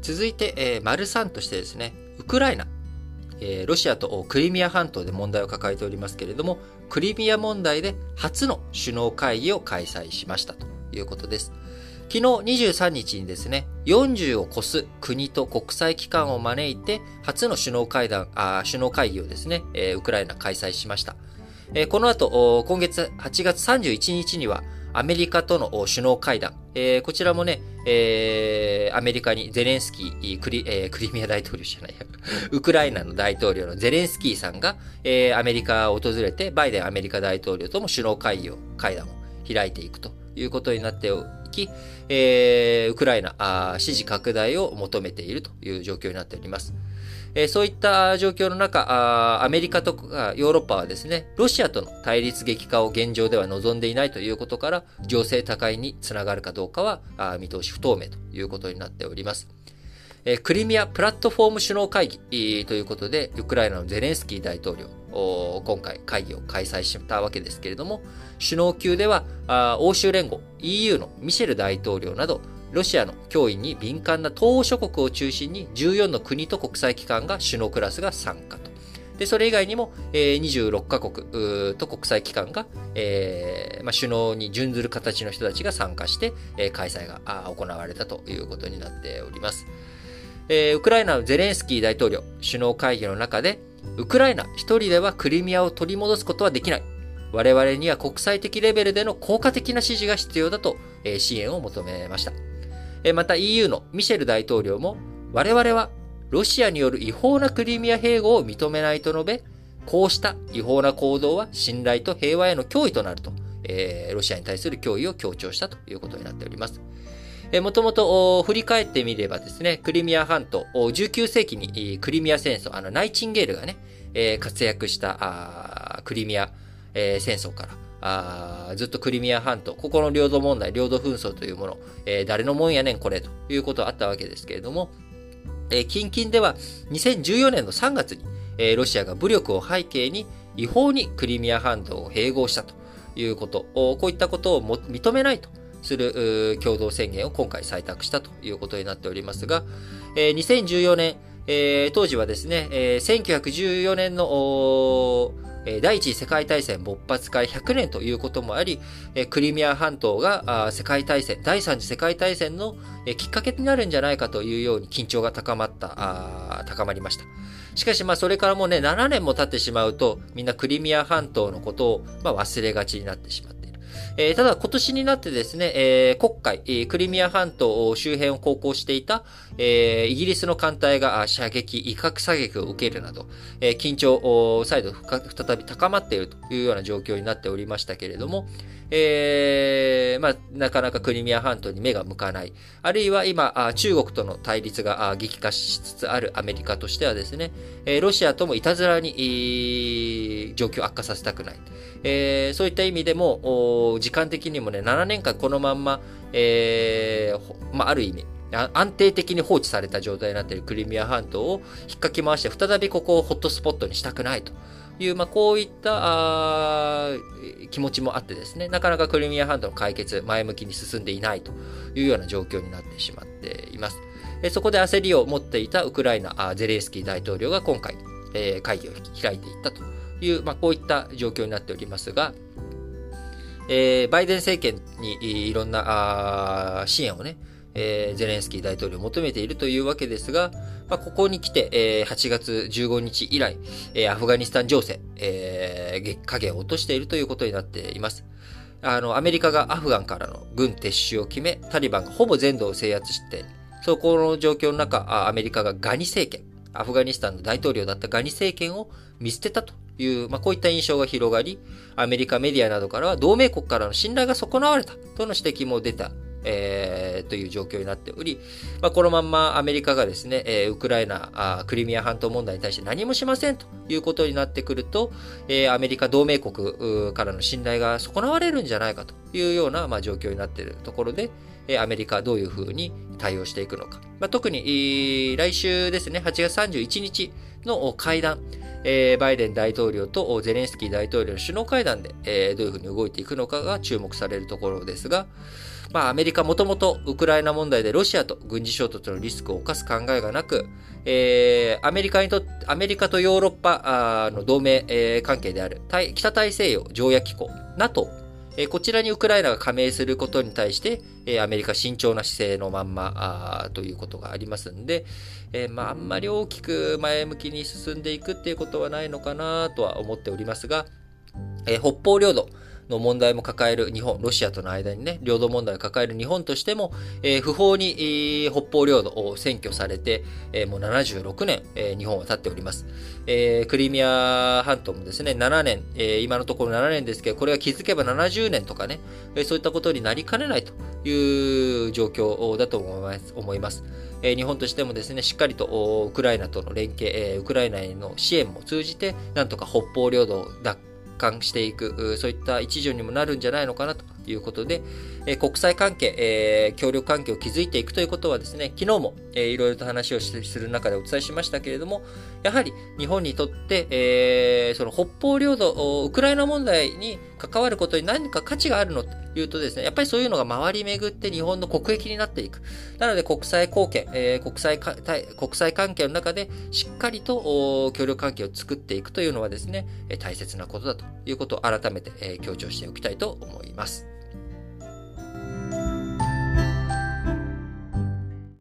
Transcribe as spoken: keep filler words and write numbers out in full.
続いて、えー、丸さんとしてですね、ウクライナ、えー、ロシアとクリミア半島で問題を抱えておりますけれども、クリミア問題で初の首脳会議を開催しましたということです。昨日にじゅうさんにちにですね、よんじゅうを超す国と国際機関を招いて、初の首脳会談、あ首脳会議をですね、えー、ウクライナ開催しました。えー、この後、今月はちがつさんじゅういちにちには、アメリカとの首脳会談、えー、こちらもね、えー、アメリカにゼレンスキー、クリ、えー、クリミア大統領じゃないや、ウクライナの大統領のゼレンスキーさんが、えー、アメリカを訪れて、バイデンアメリカ大統領とも首脳会議を、会談を開いていくということになっておき、えー、ウクライナあ支持拡大を求めているという状況になっております。えー、そういった状況の中あ、アメリカとかヨーロッパはですね、ロシアとの対立激化を現状では望んでいないということから、情勢高いにつながるかどうかはあ見通し不透明ということになっております。えー、クリミアプラットフォーム首脳会議、えー、ということで、ウクライナのゼレンスキー大統領、今回会議を開催したわけですけれども、首脳級ではあ欧州連合 イーユー のミシェル大統領など、ロシアの脅威に敏感な東欧諸国を中心にじゅうよんの国と国際機関が首脳クラスが参加と。で、それ以外にも、えー、にじゅうろっかこくと国際機関が、えーまあ、首脳に準ずる形の人たちが参加して、えー、開催が行われたということになっております。えー、ウクライナのゼレンスキー大統領、首脳会議の中で、ウクライナ一人ではクリミアを取り戻すことはできない。我々には国際的レベルでの効果的な支持が必要だと、えー、支援を求めました。また イーユー のミシェル大統領も、我々はロシアによる違法なクリミア併合を認めないと述べ、こうした違法な行動は信頼と平和への脅威となると、えー、ロシアに対する脅威を強調したということになっております。もともと振り返ってみればですね、クリミア半島、じゅうきゅうせいきにクリミア戦争、あのナイチンゲールがね、えー、活躍したクリミア、えー、戦争から、あずっとクリミア半島、ここの領土問題、領土紛争というもの、えー、誰のもんやねんこれということはあったわけですけれども、えー、近々ではにせんじゅうよねんのさんがつに、えー、ロシアが武力を背景に違法にクリミア半島を併合したということ、こういったことをも認めないとする共同宣言を今回採択したということになっておりますが、えー、にせんじゅうよねん、えー、当時はですね、えー、せんきゅうひゃくじゅうよねんの第一次世界大戦勃発からひゃくねんということもあり、クリミア半島が世界大戦、第三次世界大戦のきっかけになるんじゃないかというように緊張が高まった、高まりました。しかしまあそれからもうね、ななねんも経ってしまうと、みんなクリミア半島のことをまあ忘れがちになってしまっている。えー、ただ今年になってですね、えー、黒海、えー、クリミア半島周辺を航行していた、えー、イギリスの艦隊が射撃、威嚇射撃を受けるなど、えー、緊張を再度再び高まっているというような状況になっておりましたけれども、えー、まあ、なかなかクリミア半島に目が向かない。あるいは今、中国との対立が激化しつつあるアメリカとしてはですね、ロシアともいたずらに状況を悪化させたくない。えー、そういった意味でも、時間的にもね、ななねんかんこのまんま、えー、まあ、ある意味、安定的に放置された状態になっているクリミア半島を引っかき回して再びここをホットスポットにしたくないという、まあ、こういった気持ちもあってですね、なかなかクリミア半島の解決、前向きに進んでいないというような状況になってしまっています。そこで焦りを持っていたウクライナ、ゼレンスキー大統領が今回、会議を開いていったという、まあ、こういった状況になっておりますが、えー、バイデン政権にいろんな支援をね、えー、ゼレンスキー大統領を求めているというわけですが、まあ、ここに来て、えー、はちがつじゅうごにち以来、えー、アフガニスタン情勢、えー、影を落としているということになっています。あの、アメリカがアフガンからの軍撤収を決め、タリバンがほぼ全土を制圧して、そこの状況の中、アメリカがガニ政権、アフガニスタンの大統領だったガニ政権を見捨てたという、まあ、こういった印象が広がり、アメリカメディアなどからは同盟国からの信頼が損なわれたとの指摘も出た。えー、という状況になっており、まあ、このまんまアメリカがですね、えー、ウクライナあ、クリミア半島問題に対して何もしませんということになってくると、えー、アメリカ同盟国からの信頼が損なわれるんじゃないかというような、まあ、状況になっているところで、えー、アメリカはどういうふうに対応していくのか。まあ、特に、えー、来週ですね、はちがつさんじゅういちにちの会談、 えー、バイデン大統領とゼレンスキー大統領の首脳会談で、えー、どういうふうに動いていくのかが注目されるところですが、まあ、アメリカもともとウクライナ問題でロシアと軍事衝突のリスクを冒す考えがなく、えー、アメリカにとって、アメリカとヨーロッパの同盟、えー、関係である北大西洋条約機構 ナトー、えー、こちらにウクライナが加盟することに対して、えー、アメリカ慎重な姿勢のまんまということがありますんで、えー、まあ、あんまり大きく前向きに進んでいくっていうことはないのかなとは思っておりますが、えー、北方領土の問題も抱える日本、ロシアとの間にね、領土問題を抱える日本としても、えー、不法に、えー、北方領土を占拠されて、えー、もうななじゅうろくねん、えー、日本は経っております。えー、クリミア半島もですね、ななねん、えー、今のところななねんですけど、これが気づけばななじゅうねんとかね、えー、そういったことになりかねないという状況だと思います。思いますえー、日本としてもですね、しっかりとウクライナとの連携、えー、ウクライナへの支援も通じて、なんとか北方領土を奪還していく、そういった一助にもなるんじゃないのかなということで、え国際関係、えー、協力関係を築いていくということはですね、昨日も、えー、いろいろと話をする中でお伝えしましたけれども、やはり日本にとって、えー、その北方領土、ウクライナ問題に関わることに何か価値があるのというとですね、やっぱりそういうのが回り巡って日本の国益になっていく。なので国際貢献、えー、国際か、国際関係の中でしっかりと協力関係を作っていくというのはですね、大切なことだということを改めて強調しておきたいと思います。